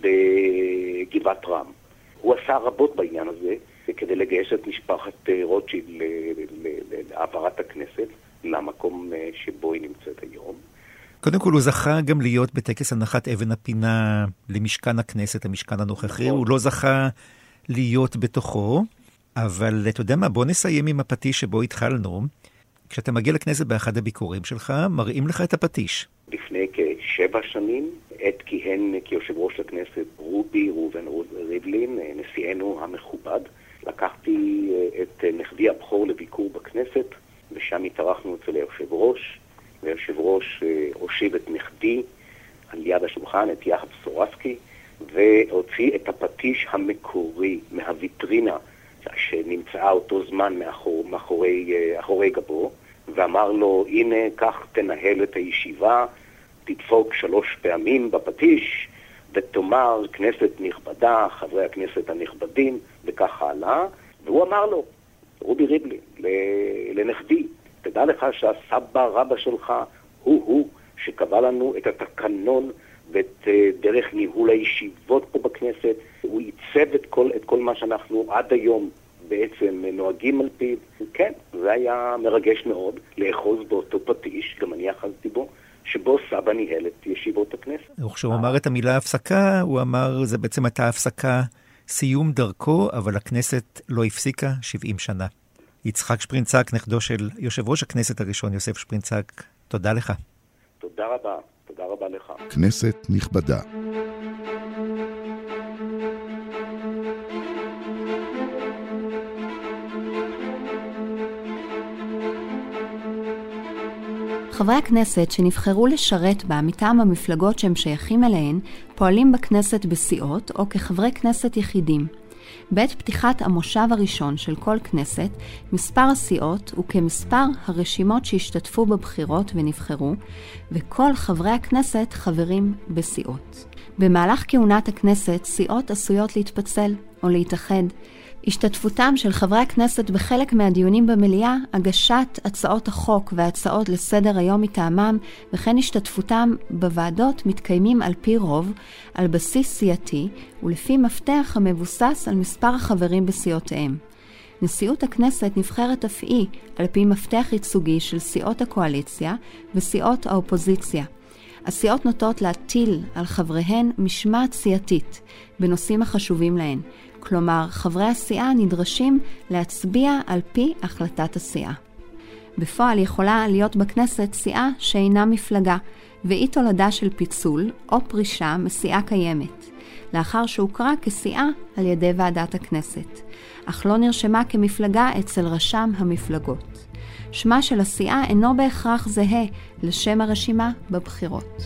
בגבעת רם. הוא עשה רבות בעניין הזה, כדי לגייס את משפחת רוטשילד להעברת הכנסת למקום שבו היא נמצאת היום. קודם כל הוא זכה גם להיות בטקס הנחת אבן הפינה למשכן הכנסת, המשכן הנוכחי. הוא לא זכה להיות בתוכו, אבל אתה יודע מה, בוא נסיים עם הפטיש שבו התחלנו. כשאתה מגיע לכנסת באחד הביקורים שלך, מראים לך את הפטיש. לפני כשבע שנים, עת כיהן כיושב ראש הכנסת רובי ראובן ריבלין, נשיאנו המכובד. לקחתי את נכדי הבכור לביקור בכנסת, ושם התארחנו אצל היושב ראש. והיושב ראש הושיב את נכדי על יד השולחן, את יחד סורסקי, והוציא את הפטיש המקורי מהוויטרינה שנמצאה אותו זמן מאחור, מאחורי, מאחורי גבו, ואמר לו, הנה, כך תנהל את הישיבה, תדפוק שלוש פעמים בפטיש, ותאמר, כנסת נכבדה, חברי הכנסת הנכבדים, וכך הלאה. והוא אמר לו, רובי ריבלין, לנכדי, תדע לך שהסבא רבא שלך הוא-הוא שקבע לנו את התקנון ואת דרך ניהול הישיבות פה בכנסת. הוא ייצב את כל, את כל מה שאנחנו עד היום בעצם נוהגים על פיו. כן, זה היה מרגש מאוד לאחוז באותו פטיש, גם אני אחזתי בו, שבו סבא ניהל את ישיבות הכנסת. וכשהוא אמר את המילה הפסקה, הוא אמר, זה בעצם הייתה הפסקה סיום דרכו, אבל הכנסת לא הפסיקה שבעים שנה. יצחק שפרינצק, נכדו של יושב ראש הכנסת הראשון, יוסף שפרינצק, תודה לך. תודה רבה, תודה רבה לך. כנסת נכבדה. חברי הכנסת שנבחרו לשרת בה מטעם המפלגות שהם שייכים אליהן, פועלים בכנסת בסיעות או כחברי כנסת יחידים. בעת פתיחת המושב הראשון של כל כנסת, מספר הסיעות הוא כמספר הרשימות שהשתתפו בבחירות ונבחרו, וכל חברי הכנסת חברים בסיעות. במהלך כהונת הכנסת, סיעות עשויות להתפצל, או להתאחד. השתתפותם של חברי הכנסת בחלק מהדיונים במליאה, הגשת הצעות החוק והצעות לסדר היום מטעמם, וכן השתתפותם בוועדות מתקיימים על פי רוב, על בסיס סיעתי, ולפי מפתח המבוסס על מספר החברים בסיעותיהם. נשיאות הכנסת נבחרת אף היא על פי מפתח ייצוגי של סיעות הקואליציה וסיעות האופוזיציה. הסיעות נוטות להטיל על חבריהן משמעת סיעתית בנושאים החשובים להן. כלומר, חברי הסיעה נדרשים להצביע על פי החלטת הסיעה. בפועל יכולה להיות בכנסת סיעה שאינה מפלגה, והיא תולדה של פיצול או פרישה מסיעה קיימת, לאחר שהוכרה כסיעה על ידי ועדת הכנסת, אך לא נרשמה כמפלגה אצל רשם המפלגות. שמה של הסיעה אינו בהכרח זהה לשם הרשימה בבחירות.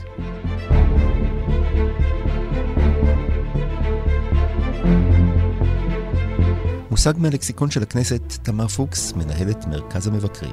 מושג מהלקסיקון של הכנסת, תמר פוקס, מנהלת מרכז המבקרים.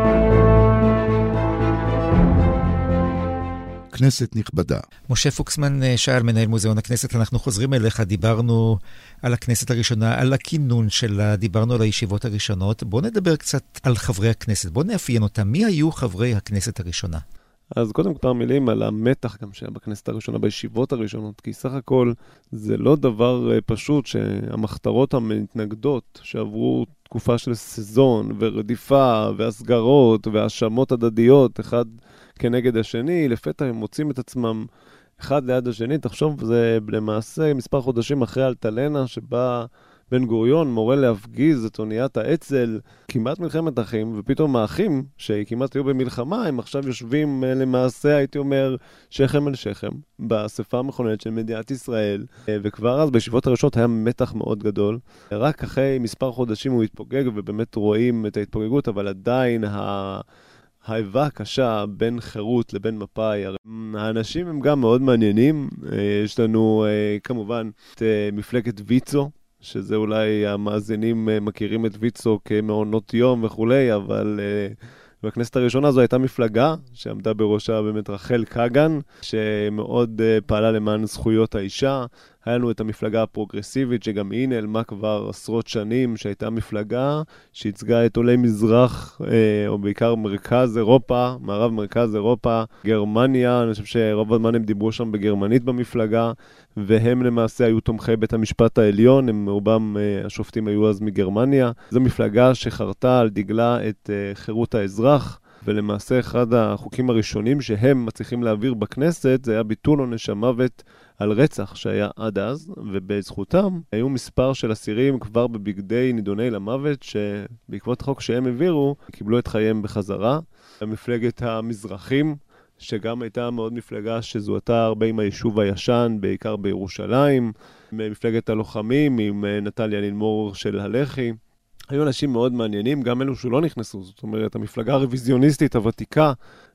כנסת נכבדה. משה פוקסמן שאל, מנהל מוזיאון הכנסת, אנחנו חוזרים אליך, דיברנו על הכנסת הראשונה, על הכינון שלה, דיברנו על הישיבות הראשונות. בוא נדבר קצת על חברי הכנסת, בוא נאפיין אותם. מי היו חברי הכנסת הראשונה? אז קודם כמה מילים על המתח גם שהיה בכנסת הראשונה, בישיבות הראשונות, כי סך הכל זה לא דבר פשוט שהמחתרות המתנגדות שעברו תקופה של סזון ורדיפה והסגרות והאשמות הדדיות אחד כנגד השני, לפתע הם מוצאים את עצמם אחד ליד השני. תחשוב, זה למעשה מספר חודשים אחרי אלטלנה שבה בן גוריון מורה להפגיז את אוניית האצ"ל, כמעט מלחמת אחים, ופתאום האחים שכמעט היו במלחמה, הם עכשיו יושבים למעשה, הייתי אומר, שכם אל שכם, באספה המכוננת של מדינת ישראל, וכבר אז בישיבות הראשונות היה מתח מאוד גדול. רק אחרי מספר חודשים הוא התפוגג, ובאמת רואים את ההתפוגגות, אבל עדיין ה... האיבה הקשה בין חירות לבין מפא"י. האנשים הם גם מאוד מעניינים. יש לנו כמובן את מפלגת ויצו, שזה אולי המאזינים מכירים את ויצו כמעונות יום וכולי, אבל בכנסת הראשונה זו הייתה מפלגה שעמדה בראשה באמת רחל קגן, שמאוד פעלה למען זכויות האישה. היה לנו את המפלגה הפרוגרסיבית, שגם היא נעלמה כבר עשרות שנים, שהייתה מפלגה שהצגה את עולי מזרח, או בעיקר מרכז אירופה, מערב מרכז אירופה, גרמניה. אני חושב שרוב הזמן הם דיברו שם בגרמנית במפלגה, והם למעשה היו תומכי בית המשפט העליון, הם רובם השופטים היו אז מגרמניה. זו מפלגה שחרתה על דגלה את חירות האזרח, ולמעשה אחד החוקים הראשונים שהם מצליחים להעביר בכנסת, זה היה ביטול עונש המוות על רצח שהיה עד אז, ובזכותם היו מספר של אסירים כבר בבגדי נידוני למוות, שבעקבות החוק שהם העבירו, קיבלו את חייהם בחזרה. המפלגת המזרחים, שגם הייתה מאוד מפלגה שזוהתה הרבה עם היישוב הישן, בעיקר בירושלים, מפלגת הלוחמים עם נטליה לינמור של הלח"י. היו אנשים מאוד מעניינים, גם אלו שלא נכנסו, זאת אומרת, המפלגה הרוויזיוניסטית הוותיקה,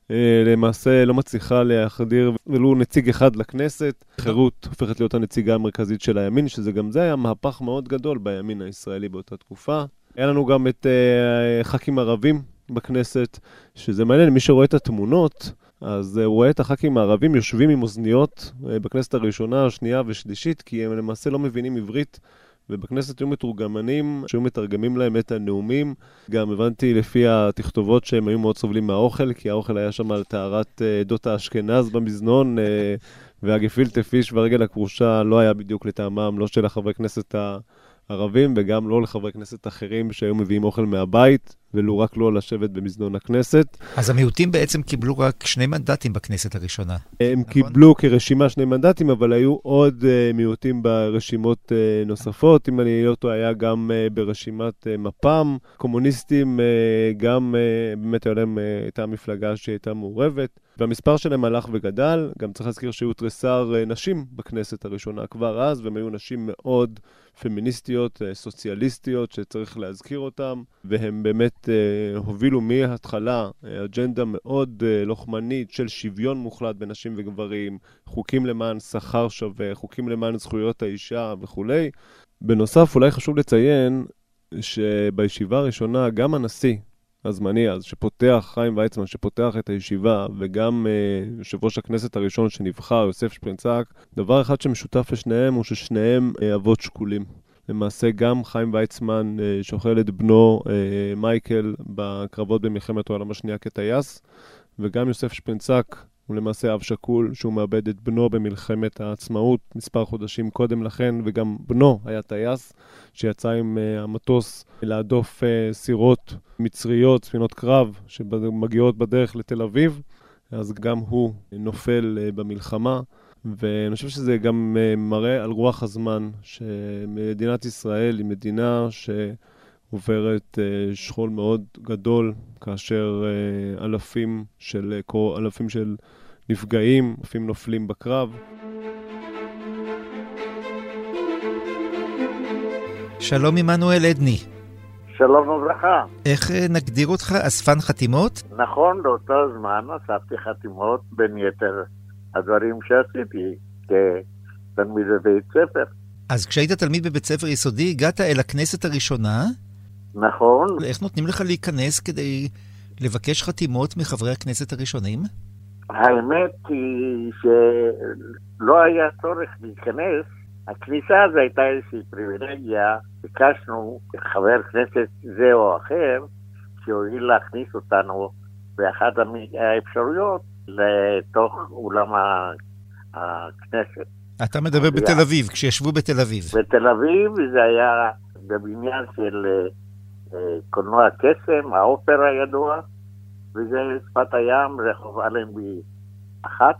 למעשה לא מצליחה להחדיר ולו נציג אחד לכנסת. חירות הופכת להיות הנציגה המרכזית של הימין, שזה גם זה היה מהפך מאוד גדול בימין הישראלי באותה תקופה. היה לנו גם את uh, ח"כים ערבים בכנסת, שזה מעניין, מי שרואה את התמונות, אז הוא רואה את הח"כים הערבים יושבים עם אוזניות uh, בכנסת הראשונה, השנייה ושלישית, כי הם למעשה לא מבינים עברית, ובכנסת היו מתורגמנים שהיו מתרגמים להם את הנאומים. גם הבנתי לפי התכתובות שהם היו מאוד סובלים מהאוכל, כי האוכל היה שם על טהרת עדות האשכנז במזנון, והגפילטע פיש והרגל הכרושה לא היה בדיוק לטעמם, לא של החברי כנסת הערבים, וגם לא לחברי כנסת אחרים שהיו מביאים אוכל מהבית, ולא רק לא לשבת במזנון הכנסת. אז המיעוטים בעצם קיבלו רק שני מנדטים בכנסת הראשונה. הם נכון? קיבלו כרשימה שני מנדטים, אבל היו עוד uh, מיעוטים ברשימות uh, נוספות. אם אני לא טועה, היה גם uh, ברשימת uh, מפ"ם. קומוניסטים uh, גם uh, באמת היה להם uh, הייתה מפלגה שהייתה מעורבת. והמספר שלהם הלך וגדל. גם צריך להזכיר שהיו תריסר uh, נשים בכנסת הראשונה כבר אז, והם היו נשים מאוד פמיניסטיות, uh, סוציאליסטיות, שצריך להזכיר אותם, והם באמת הובילו מההתחלה אג'נדה מאוד לוחמנית של שוויון מוחלט בין נשים וגברים, חוקים למען שכר שווה, חוקים למען זכויות האישה וכו'. בנוסף, אולי חשוב לציין שבישיבה הראשונה גם הנשיא הזמני אז, שפותח, חיים ויצמן, שפותח את הישיבה, וגם uh, יושב ראש הכנסת הראשון שנבחר, יוסף שפרינצק, דבר אחד שמשותף לשניהם הוא ששניהם uh, אבות שקולים. למעשה גם חיים ויצמן שוחל את בנו מייקל בקרבות במלחמת העולם השנייה כטייס, וגם יוסף שפרינצק הוא למעשה אב שכול שהוא מאבד את בנו במלחמת העצמאות מספר חודשים קודם לכן, וגם בנו היה טייס שיצא עם המטוס להדוף סירות מצריות, ספינות קרב שמגיעות בדרך לתל אביב, אז גם הוא נופל במלחמה. ואני חושב שזה גם מראה על רוח הזמן, שמדינת ישראל היא מדינה שעוברת שכול מאוד גדול, כאשר אלפים של, אלפים של נפגעים, אלפים נופלים בקרב. שלום עמנואל עדני. שלום וברכה. איך נגדיר אותך? אספן חתימות? נכון, לאותו זמן אספתי חתימות בין יתר הדברים שעשיתי כתלמיד בבית ספר. אז כשהיית תלמיד בבית ספר יסודי, הגעת אל הכנסת הראשונה? נכון. איך נותנים לך להיכנס כדי לבקש חתימות מחברי הכנסת הראשונים? האמת היא שלא היה צורך להיכנס. הכניסה הזו הייתה איזושהי פריבילגיה. ביקשנו חבר כנסת זה או אחר שהוביל להכניס אותנו באחת האפשרויות לתוך אולם הכנסת. אתה מדבר בתל אביב, כשישבו בתל אביב. בתל אביב זה היה בבניין של קולנוע קסם, האופרה הידוע, וזה שפת הים, רחוב אלנבי אחת,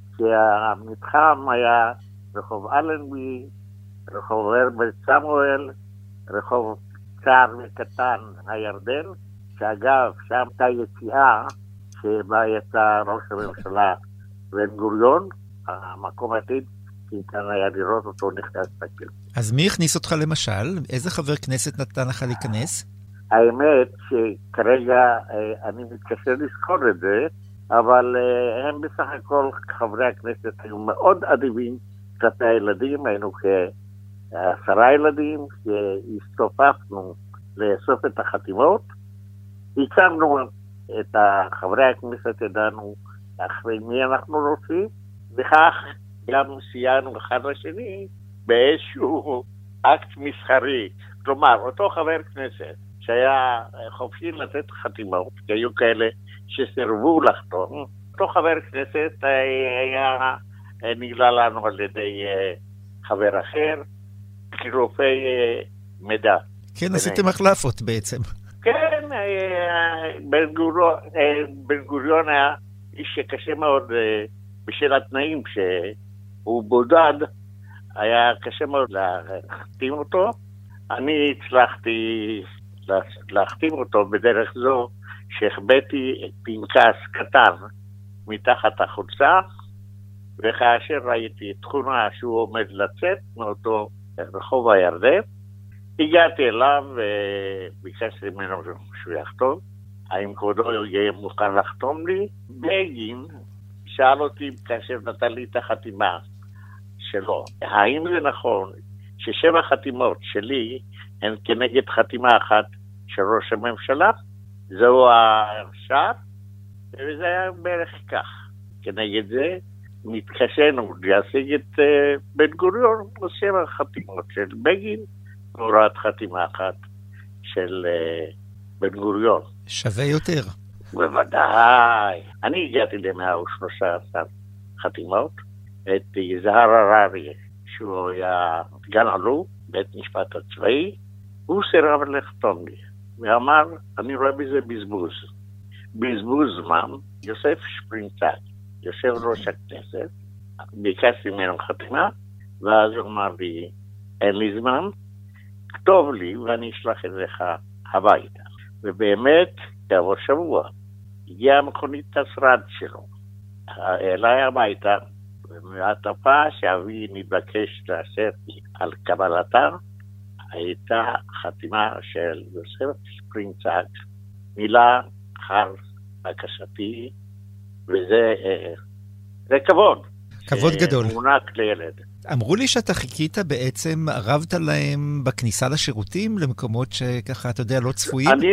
שהמתחם היה רחוב אלנבי, רחוב הרברט סמואל, רחוב צער וקטן הירדן, שאגב שם הייתה יציאה שבה יצא ראש הממשלה בן גוריון, המקום עתיד, כי כאן היה לראות אותו נכנס לכלא. אז מי הכניס אותך למשל? איזה חבר כנסת נתן לך להיכנס? האמת שכרגע אני מתקשה לזכור את זה, אבל הם בסך הכל חברי הכנסת היו מאוד אדיבים כלפי הילדים, היינו כעשרה ילדים שהסתופפנו לאסוף את החתימות, הצבנו את חברי הכנסת, ידענו אחרי מי אנחנו רוצים, וכך גם סייענו אחד לשני באיזשהו אקט מסחרי. כלומר, אותו חבר כנסת שהיה חופשי לתת חתימות, כי היו כאלה שסרבו לחתום, אותו חבר כנסת היה נגלה לנו על ידי חבר אחר, חילופי מידע. כן, עשיתם החלפות בעצם. כן, בן גוריון היה איש שקשה מאוד בשל התנאים שהוא בודד, היה קשה מאוד להחתים אותו. אני הצלחתי להחתים אותו בדרך זו שהחבאתי פנקס קטן מתחת החולצה, וכאשר ראיתי תכונה שהוא עומד לצאת מאותו רחוב הירדן, הגעתי אליו וביקשתי ממנו שהוא יחתום. האם כבודו יהיה מוכן לחתום לי? בגין שאל אותי כאשר נתן לי את החתימה שלו, האם זה נכון ששבע חתימות שלי הן כנגד חתימה אחת של ראש הממשלה? זהו השאר, וזה היה בערך כך. כנגד זה מתקשנו להשיג את uh, בן גוריון לשבע חתימות של בגין, והוראת חתימה אחת של uh, בן גוריון. שווה יותר. בוודאי. אני הגעתי ל-מאה ושלוש עשרה חתימות, את יזהר הררי, שהוא היה סגן אלוף, בית משפט הצבאי, הוא סירב לחתום לי, ואמר, אני רואה בזה בזבוז. בזבוז זמן, יוסף שפרינצק, יושב ראש הכנסת, ביקשתי ממנו חתימה, ואז הוא אמר לי, אין לי זמן, כתוב לי ואני אשלח את לך הביתה. ובאמת, כעבור שבוע, הגיעה מכונית השרד שלו, אליי הביתה, ומעטפה שאבי נתבקש לאשר על קבלתה, הייתה חתימה של יוסף שפרינצק, מילה אחר בקשתי, וזה זה כבוד. כבוד גדול. מונק לילד. אמרו לי שאתה חיכית בעצם, ערבת להם בכניסה לשירותים, למקומות שככה, אתה יודע, לא צפויים? אני,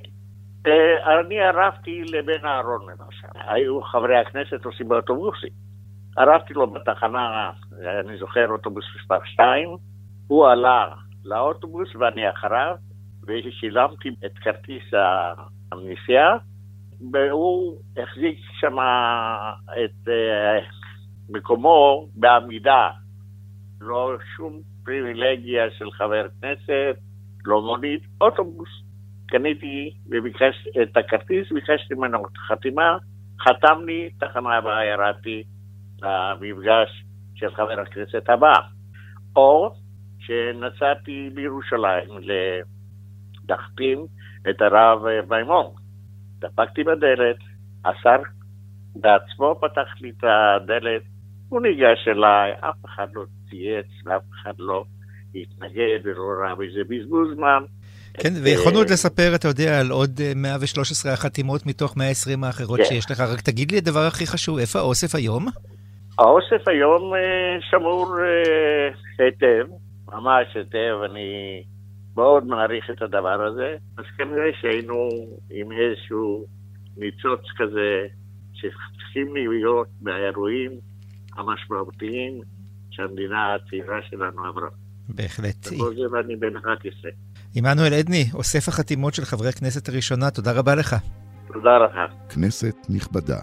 אני ערבתי לבן אהרון למשל. היו חברי הכנסת עושים באוטובוסים. ערבתי לו בתחנה, אני זוכר אוטובוס מספר שתיים, הוא עלה לאוטובוס ואני אחריו, ושילמתי את כרטיס הנסיעה, והוא החזיק שם את מקומו בעמידה. לא שום פריבילגיה של חבר כנסת, לא מונית, אוטובוס. קניתי וביקשתי את הכרטיס, ביקשתי ממנו חתימה, חתם לי, תחנה הבאה ירדתי למפגש של חבר הכנסת הבא. או שנסעתי בירושלים לדחתים את הרב מימון. דפקתי בדלת, השר בעצמו פתח לי את הדלת, הוא ניגש אליי, אף אחד לא צייץ, אף אחד לא התנגד ולא ראה בזה בזבוז זמן. כן, ויכולנו עוד לספר, אתה יודע, על עוד מאה ושלוש עשרה החתימות מתוך מאה ועשרים האחרות שיש לך. רק תגיד לי הדבר הכי חשוב, איפה האוסף היום? האוסף היום שמור היטב, ממש היטב, אני מאוד מעריך את הדבר הזה. אז כנראה שהיינו עם איזשהו ניצוץ כזה, שצריכים להיות מהאירועים המשמעותיים שהמדינה הצעירה שלנו עברה. בהחלט. וכל זה ואני בן אחת עשרה. עמנואל עדני, אוסף החתימות של חברי הכנסת הראשונה, תודה רבה לך. תודה לך. כנסת נכבדה.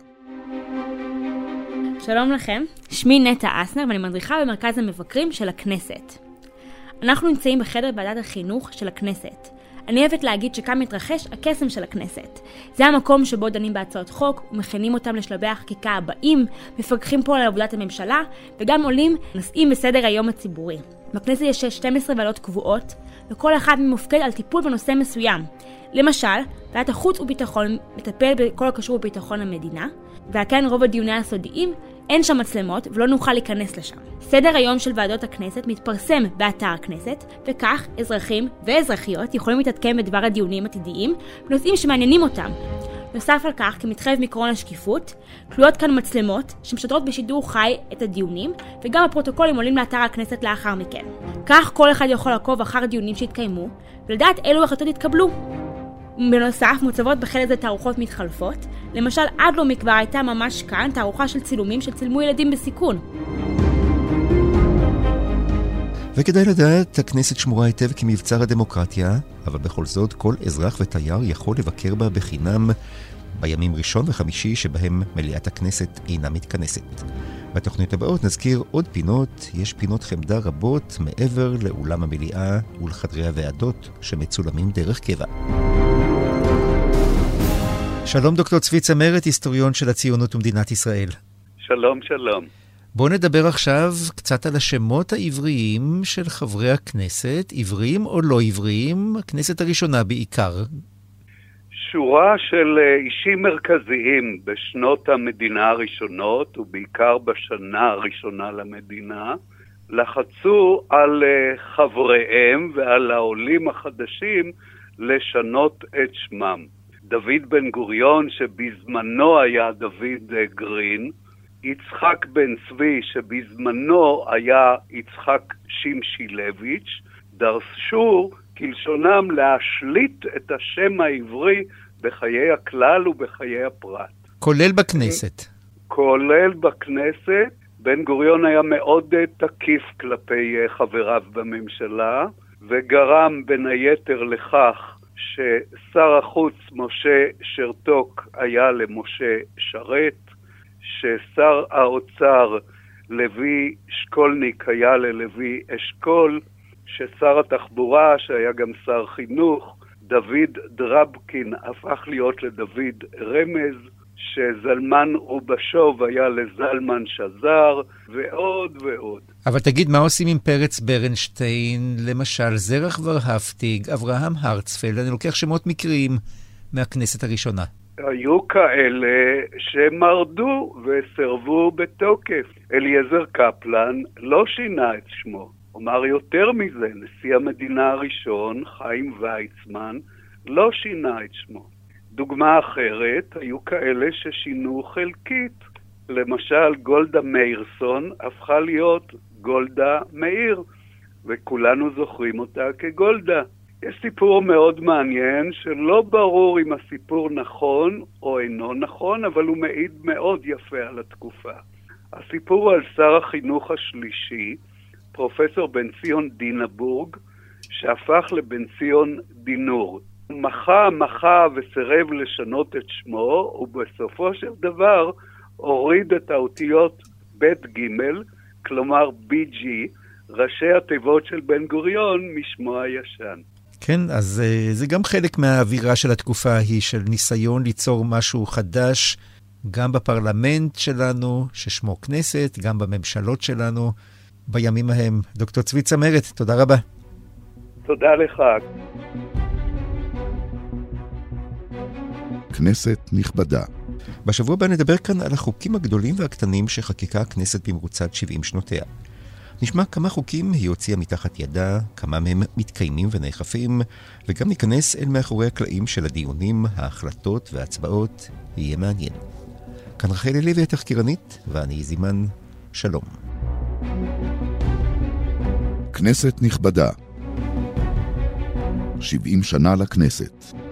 שלום לכם, שמי נטע אסנר ואני מדריכה במרכז המבקרים של הכנסת. אנחנו נמצאים בחדר ועדת החינוך של הכנסת. אני אוהבת להגיד שכאן מתרחש הקסם של הכנסת. זה המקום שבו דנים בהצעות חוק ומכינים אותם לשלבי החקיקה הבאים, מפקחים פה על עבודת הממשלה וגם עולים נושאים בסדר היום הציבורי. בכנסת יש שתים עשרה ועדות קבועות, וכל אחד מופקד על טיפול בנושא מסוים. למשל, ועדת החוץ וביטחון מטפל בכל הקשור בביטחון המדינה, ועל כן רוב הדיונים הסודיים אין שם מצלמות ולא נוכל להיכנס לשם. סדר היום של ועדות הכנסת מתפרסם באתר הכנסת, וכך אזרחים ואזרחיות יכולים להתעדכן בדבר הדיונים עתידיים בנושאים שמעניינים אותם. נוסף על כך, כמתחייב מעקרון השקיפות, תלויות כאן מצלמות שמשדרות בשידור חי את הדיונים, וגם הפרוטוקולים עולים לאתר הכנסת לאחר מכן. כך כל אחד יכול לעקוב אחר דיונים שהתקיימו, ולדעת אילו החלטות התקבלו. בנוסף, מוצבות בחדר זה תערוכות מתחלפות. למשל, עד לא מכבר הייתה ממש כאן תערוכה של צילומים שצילמו ילדים בסיכון. וכדאי לדעת, הכנסת שמורה היטב כמבצר הדמוקרטיה, אבל בכל זאת כל אזרח ותייר יכול לבקר בה בחינם בימים ראשון וחמישי שבהם מליאת הכנסת אינה מתכנסת. בתוכניות הבאות נזכיר עוד פינות, יש פינות חמדה רבות מעבר לאולם המליאה ולחדרי הוועדות שמצולמים דרך קבע. שלום דוקטור צבי צמרת, היסטוריון של הציונות ומדינת ישראל. שלום, שלום. בואו נדבר עכשיו קצת על השמות העבריים של חברי הכנסת, עבריים או לא עבריים, הכנסת הראשונה בעיקר. שורה של אישים מרכזיים בשנות המדינה הראשונות, ובעיקר בשנה הראשונה למדינה, לחצו על חבריהם ועל העולים החדשים לשנות את שמם. דוד בן גוריון, שבזמנו היה דוד גרין, יצחק בן צבי, שבזמנו היה יצחק שמשילביץ', דרשו כלשונם להשליט את השם העברי בחיי הכלל ובחיי הפרט. כולל בכנסת. כולל בכנסת. בן גוריון היה מאוד תקיף כלפי חבריו בממשלה, וגרם בין היתר לכך ששר החוץ משה שרתוק היה למשה שרת, ששר האוצר לוי שקולניק היה ללוי אשכול, ששר התחבורה, שהיה גם שר חינוך, דוד דרבקין הפך להיות לדוד רמז, שזלמן רובשוב היה לזלמן שזר, ועוד ועוד. אבל תגיד, מה עושים עם פרץ ברנשטיין, למשל זרח ורהפטיג, אברהם הרצפלד, אני לוקח שמות מקריים מהכנסת הראשונה. היו כאלה שמרדו וסרבו בתוקף. אליעזר קפלן לא שינה את שמו. אומר יותר מזה, נשיא המדינה הראשון, חיים ויצמן, לא שינה את שמו. דוגמה אחרת, היו כאלה ששינו חלקית. למשל, גולדה מאירסון הפכה להיות גולדה מאיר, וכולנו זוכרים אותה כגולדה. יש סיפור מאוד מעניין שלא ברור אם הסיפור נכון או אינו נכון, אבל הוא מעיד מאוד יפה על התקופה. הסיפור על שר החינוך השלישי, פרופסור בן ציון דינבורג, שהפך לבן ציון דינור. מחה, מחה וסירב לשנות את שמו, ובסופו של דבר הוריד את האותיות בית גימל, כלומר בי ג'י, ראשי התיבות של בן גוריון משמו הישן. כן, אז זה גם חלק מהאווירה של התקופה ההיא, של ניסיון ליצור משהו חדש, גם בפרלמנט שלנו, ששמו כנסת, גם בממשלות שלנו, בימים ההם. דוקטור צבי צמרת, תודה רבה. תודה לך. כנסת נכבדה. בשבוע הבא נדבר כאן על החוקים הגדולים והקטנים שחקיקה הכנסת במרוצת שבעים שנותיה. נשמע כמה חוקים היא הוציאה מתחת ידה, כמה מהם מתקיימים ונאכפים, וגם ניכנס אל מאחורי הקלעים של הדיונים, ההחלטות וההצבעות. יהיה מעניין. כאן רחל לוי התחקירנית, ואני זימן. שלום. כנסת נכבדה. שבעים שנה לכנסת.